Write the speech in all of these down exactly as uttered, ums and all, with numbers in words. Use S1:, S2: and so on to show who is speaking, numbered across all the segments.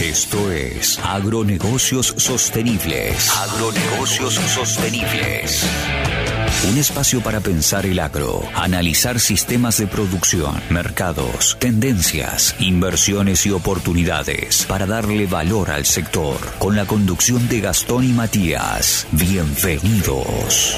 S1: Esto es Agronegocios Sostenibles. Agronegocios Sostenibles. Un espacio para pensar el agro, analizar sistemas de producción, mercados, tendencias, inversiones y oportunidades para darle valor al sector. Con la conducción de Gastón y Matías. Bienvenidos.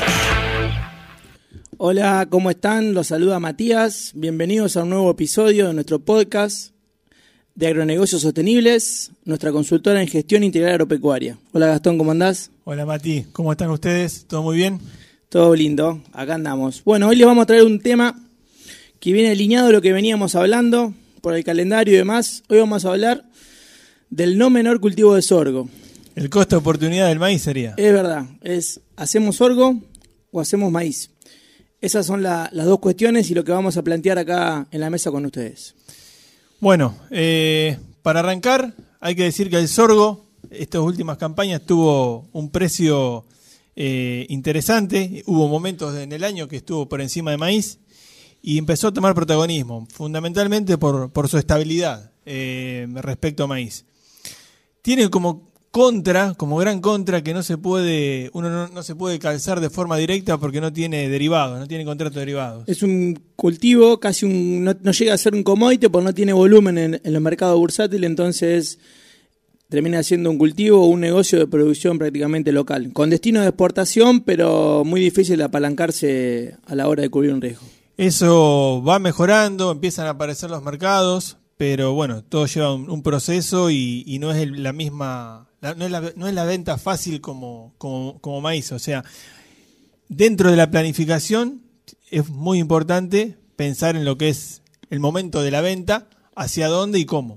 S2: Hola, ¿cómo están? Los saluda Matías. Bienvenidos a un nuevo episodio de nuestro podcast de Agronegocios Sostenibles, nuestra consultora en gestión integral agropecuaria. Hola Gastón, ¿cómo andás?
S3: Hola Mati, ¿cómo están ustedes? ¿Todo muy bien?
S2: Todo lindo, acá andamos. Bueno, hoy les vamos a traer un tema que viene alineado a lo que veníamos hablando por el calendario y demás. Hoy vamos a hablar del no menor cultivo de sorgo.
S3: El costo de oportunidad del maíz sería.
S2: Es verdad, es ¿hacemos sorgo o hacemos maíz? Esas son la, las dos cuestiones y lo que vamos a plantear acá en la mesa con ustedes.
S3: Bueno, eh, para arrancar hay que decir que el sorgo, estas últimas campañas, tuvo un precio eh, interesante. Hubo momentos en el año que estuvo por encima de maíz y empezó a tomar protagonismo, fundamentalmente por, por su estabilidad eh, respecto a maíz. Tiene como contra, como gran contra, que no se puede, uno no, no se puede calzar de forma directa porque no tiene derivados, no tiene contratos derivados.
S2: Es un cultivo, casi un, no, no llega a ser un commodity porque no tiene volumen en, en el mercado bursátil, entonces termina siendo un cultivo o un negocio de producción prácticamente local, con destino de exportación, pero muy difícil de apalancarse a la hora de cubrir un riesgo.
S3: Eso va mejorando, empiezan a aparecer los mercados, pero bueno, todo lleva un, un proceso y, y no es el, la misma... La, no, es la, no es la venta fácil como, como, como maíz. O sea, dentro de la planificación es muy importante pensar en lo que es el momento de la venta, hacia dónde y cómo.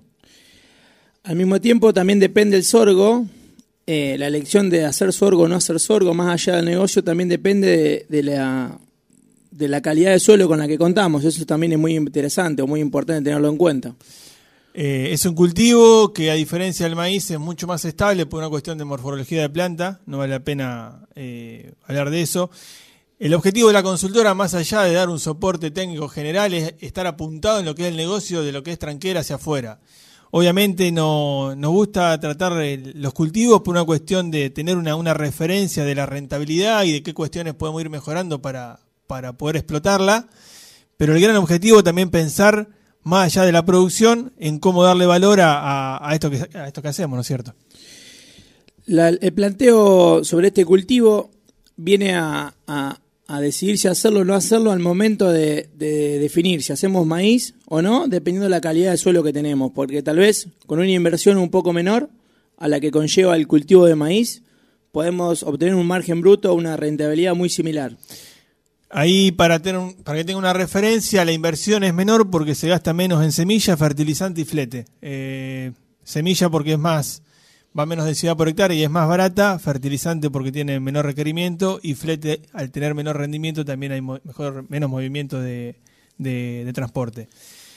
S2: Al mismo tiempo también depende el sorgo, eh, la elección de hacer sorgo o no hacer sorgo, más allá del negocio, también depende de, de, la, de la calidad de suelo con la que contamos. Eso también es muy interesante o muy importante tenerlo en cuenta.
S3: Eh, es un cultivo que, a diferencia del maíz, es mucho más estable por una cuestión de morfología de planta. No vale la pena eh, hablar de eso. El objetivo de la consultora, más allá de dar un soporte técnico general, es estar apuntado en lo que es el negocio de lo que es tranquera hacia afuera. Obviamente no, nos gusta tratar el, los cultivos por una cuestión de tener una, una referencia de la rentabilidad y de qué cuestiones podemos ir mejorando para, para poder explotarla. Pero el gran objetivo también pensar, más allá de la producción, en cómo darle valor a, a, a, esto, que, a esto que hacemos, ¿no es cierto?
S2: La, el planteo sobre este cultivo viene a, a, a decidir si hacerlo o no hacerlo al momento de, de definir si hacemos maíz o no, dependiendo de la calidad de suelo que tenemos, porque tal vez con una inversión un poco menor a la que conlleva el cultivo de maíz, podemos obtener un margen bruto o una rentabilidad muy similar.
S3: Ahí, para, tener un, para que tenga una referencia, la inversión es menor porque se gasta menos en semilla, fertilizante y flete. Eh, semilla porque es más, va menos densidad por hectárea y es más barata, fertilizante porque tiene menor requerimiento y flete, al tener menor rendimiento, también hay mo- mejor, menos movimiento de, de, de transporte.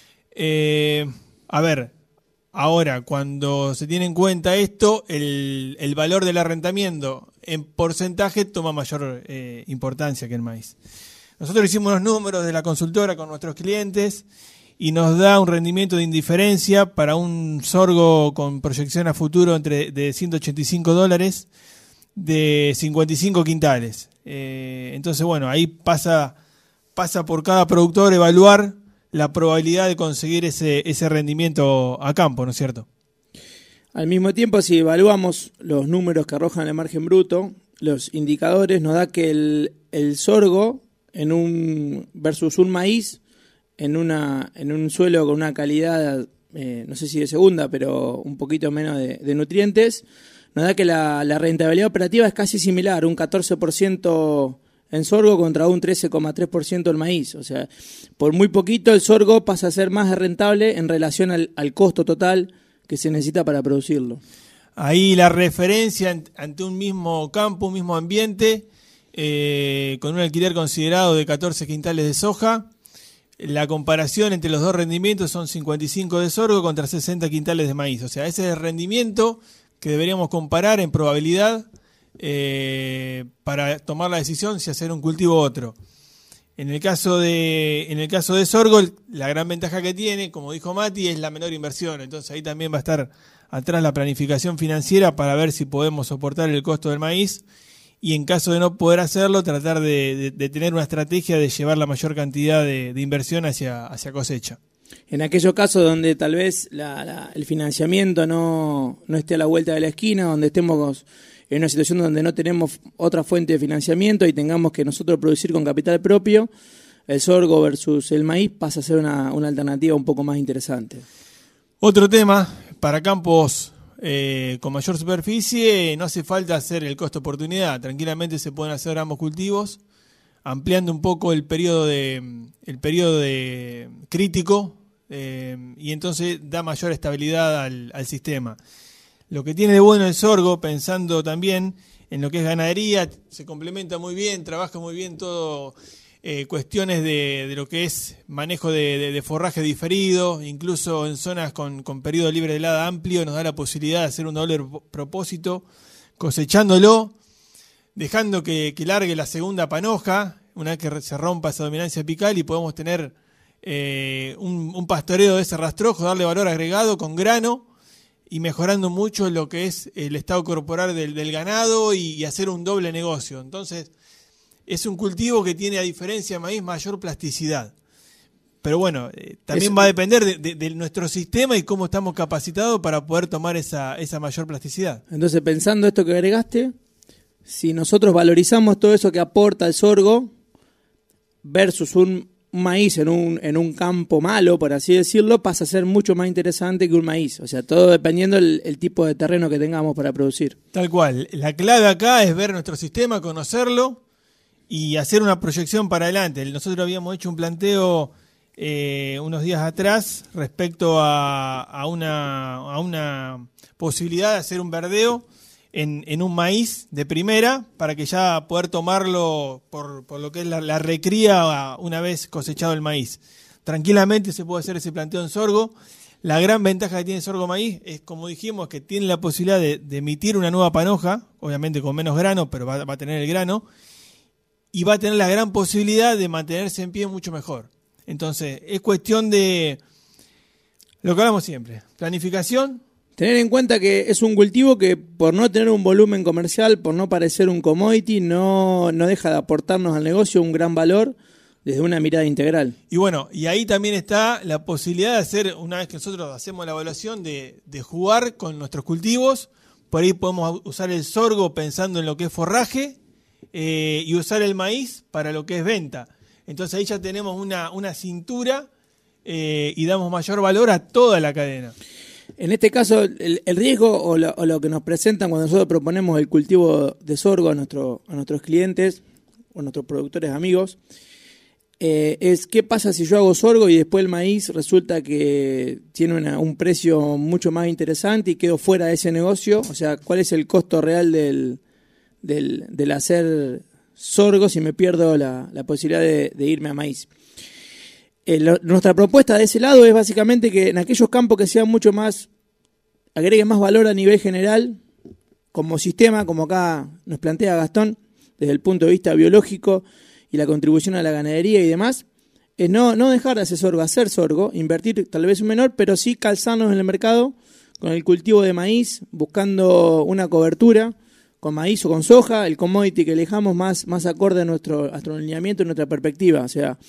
S3: Eh, a ver, ahora, cuando se tiene en cuenta esto, el, el valor del arrendamiento en porcentaje toma mayor eh, importancia que el maíz. Nosotros hicimos los números de la consultora con nuestros clientes y nos da un rendimiento de indiferencia para un sorgo con proyección a futuro entre de ciento ochenta y cinco dólares de cincuenta y cinco quintales. Eh, entonces, bueno, ahí pasa, pasa por cada productor evaluar la probabilidad de conseguir ese, ese rendimiento a campo, ¿no es cierto?
S2: Al mismo tiempo, si evaluamos los números que arrojan el margen bruto, los indicadores nos da que el, el sorgo en un versus un maíz en una en un suelo con una calidad, eh, no sé si de segunda, pero un poquito menos de, de nutrientes, nos da que la, la rentabilidad operativa es casi similar, un catorce por ciento en sorgo contra un trece coma tres por ciento en maíz. O sea, por muy poquito el sorgo pasa a ser más rentable en relación al, al costo total que se necesita para producirlo.
S3: Ahí la referencia ante un mismo campo, un mismo ambiente, eh, con un alquiler considerado de catorce quintales de soja, la comparación entre los dos rendimientos son cincuenta y cinco de sorgo contra sesenta quintales de maíz. O sea, ese es el rendimiento que deberíamos comparar en probabilidad eh, para tomar la decisión si hacer un cultivo u otro. En el caso de en el caso de sorgo, la gran ventaja que tiene, como dijo Mati, es la menor inversión. Entonces ahí también va a estar atrás la planificación financiera para ver si podemos soportar el costo del maíz y en caso de no poder hacerlo, tratar de, de, de tener una estrategia de llevar la mayor cantidad de, de inversión hacia, hacia cosecha.
S2: En aquellos casos donde tal vez la, la, el financiamiento no, no esté a la vuelta de la esquina, donde estemos en una situación donde no tenemos otra fuente de financiamiento y tengamos que nosotros producir con capital propio, el sorgo versus el maíz pasa a ser una, una alternativa un poco más interesante.
S3: Otro tema, para campos eh, con mayor superficie, no hace falta hacer el costo-oportunidad. Tranquilamente se pueden hacer ambos cultivos, ampliando un poco el periodo de el periodo de crítico eh, y entonces da mayor estabilidad al, al sistema. Lo que tiene de bueno el sorgo, pensando también en lo que es ganadería, se complementa muy bien, trabaja muy bien todo, eh, cuestiones de, de lo que es manejo de, de, de forraje diferido, incluso en zonas con, con periodo libre de helada amplio, nos da la posibilidad de hacer un doble propósito, cosechándolo, dejando que, que largue la segunda panoja, una vez que se rompa esa dominancia apical y podemos tener eh, un, un pastoreo de ese rastrojo, darle valor agregado con grano y mejorando mucho lo que es el estado corporal del, del ganado y, y hacer un doble negocio. Entonces, es un cultivo que tiene, a diferencia de maíz, mayor plasticidad. Pero bueno, eh, también es, va a depender de, de, de nuestro sistema y cómo estamos capacitados para poder tomar esa, esa mayor plasticidad.
S2: Entonces, pensando esto que agregaste, si nosotros valorizamos todo eso que aporta el sorgo versus un maíz en un, en un campo malo, por así decirlo, pasa a ser mucho más interesante que un maíz. O sea, todo dependiendo del el tipo de terreno que tengamos para producir.
S3: Tal cual. La clave acá es ver nuestro sistema, conocerlo y hacer una proyección para adelante. Nosotros habíamos hecho un planteo eh, unos días atrás respecto a, a, una, a una posibilidad de hacer un verdeo En, en un maíz de primera para que ya poder tomarlo por, por lo que es la, la recría una vez cosechado el maíz. Tranquilamente se puede hacer ese planteo en sorgo. La gran ventaja que tiene sorgo maíz es, como dijimos, que tiene la posibilidad de, de emitir una nueva panoja, obviamente con menos grano, pero va, va a tener el grano, y va a tener la gran posibilidad de mantenerse en pie mucho mejor. Entonces, es cuestión de lo que hablamos siempre, planificación.
S2: Tener en cuenta que es un cultivo que, por no tener un volumen comercial, por no parecer un commodity, no, no deja de aportarnos al negocio un gran valor desde una mirada integral.
S3: Y bueno, y ahí también está la posibilidad de hacer, una vez que nosotros hacemos la evaluación, de, de jugar con nuestros cultivos. Por ahí podemos usar el sorgo pensando en lo que es forraje eh, y usar el maíz para lo que es venta. Entonces ahí ya tenemos una, una cintura eh, y damos mayor valor a toda la cadena.
S2: En este caso, el, el riesgo o lo, o lo que nos presentan cuando nosotros proponemos el cultivo de sorgo a, nuestro, a nuestros clientes o a nuestros productores amigos, eh, es qué pasa si yo hago sorgo y después el maíz resulta que tiene una, un precio mucho más interesante y quedo fuera de ese negocio. O sea, ¿cuál es el costo real del, del, del hacer sorgo si me pierdo la, la posibilidad de, de irme a maíz? Eh, lo, nuestra propuesta de ese lado es básicamente que en aquellos campos que sean mucho más, agreguen más valor a nivel general, como sistema, como acá nos plantea Gastón, desde el punto de vista biológico y la contribución a la ganadería y demás, es no, no dejar de hacer sorgo, hacer sorgo, invertir tal vez un menor, pero sí calzarnos en el mercado con el cultivo de maíz, buscando una cobertura con maíz o con soja, el commodity que elijamos más, más acorde a nuestro, a nuestro alineamiento y nuestra perspectiva. O sea,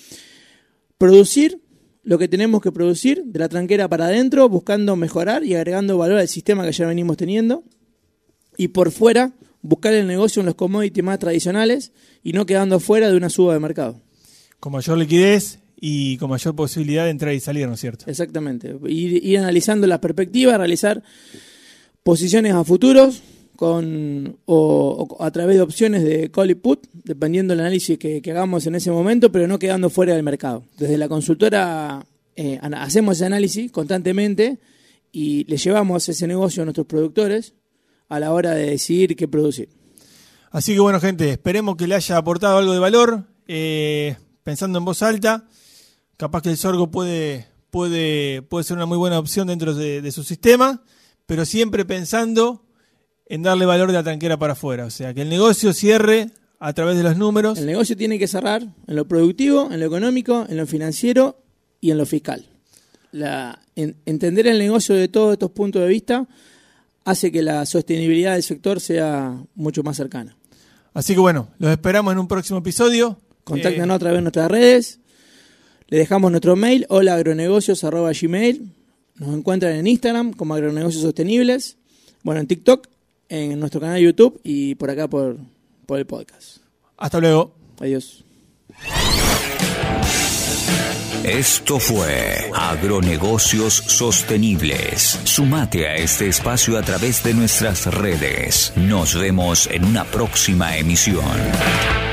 S2: producir lo que tenemos que producir de la tranquera para adentro, buscando mejorar y agregando valor al sistema que ya venimos teniendo. Y por fuera, buscar el negocio en los commodities más tradicionales y no quedando fuera de una suba de mercado.
S3: Con mayor liquidez y con mayor posibilidad de entrar y salir, ¿no es cierto?
S2: Exactamente. Ir, ir analizando las perspectivas, realizar posiciones a futuros con o, o a través de opciones de call y put, dependiendo del análisis que, que hagamos en ese momento, pero no quedando fuera del mercado. Desde la consultora eh, hacemos ese análisis constantemente y le llevamos ese negocio a nuestros productores a la hora de decidir qué producir.
S3: Así que bueno, gente, esperemos que le haya aportado algo de valor. Eh, pensando en voz alta, capaz que el sorgo puede, puede, puede ser una muy buena opción dentro de, de su sistema, pero siempre pensando en darle valor de la tranquera para afuera. O sea, que el negocio cierre a través de los números.
S2: El negocio tiene que cerrar en lo productivo, en lo económico, en lo financiero y en lo fiscal. La, en, entender el negocio de todos estos puntos de vista hace que la sostenibilidad del sector sea mucho más cercana.
S3: Así que bueno, los esperamos en un próximo episodio.
S2: Contáctanos
S3: eh,
S2: a través de nuestras redes. Le dejamos nuestro mail, hola agronegocios arroba gmail. Nos encuentran en Instagram como Agronegocios Sostenibles. Bueno, en TikTok, en nuestro canal de YouTube y por acá por, por el podcast.
S3: Hasta luego.
S2: Adiós.
S1: Esto fue Agronegocios Sostenibles. Sumate a este espacio a través de nuestras redes. Nos vemos en una próxima emisión.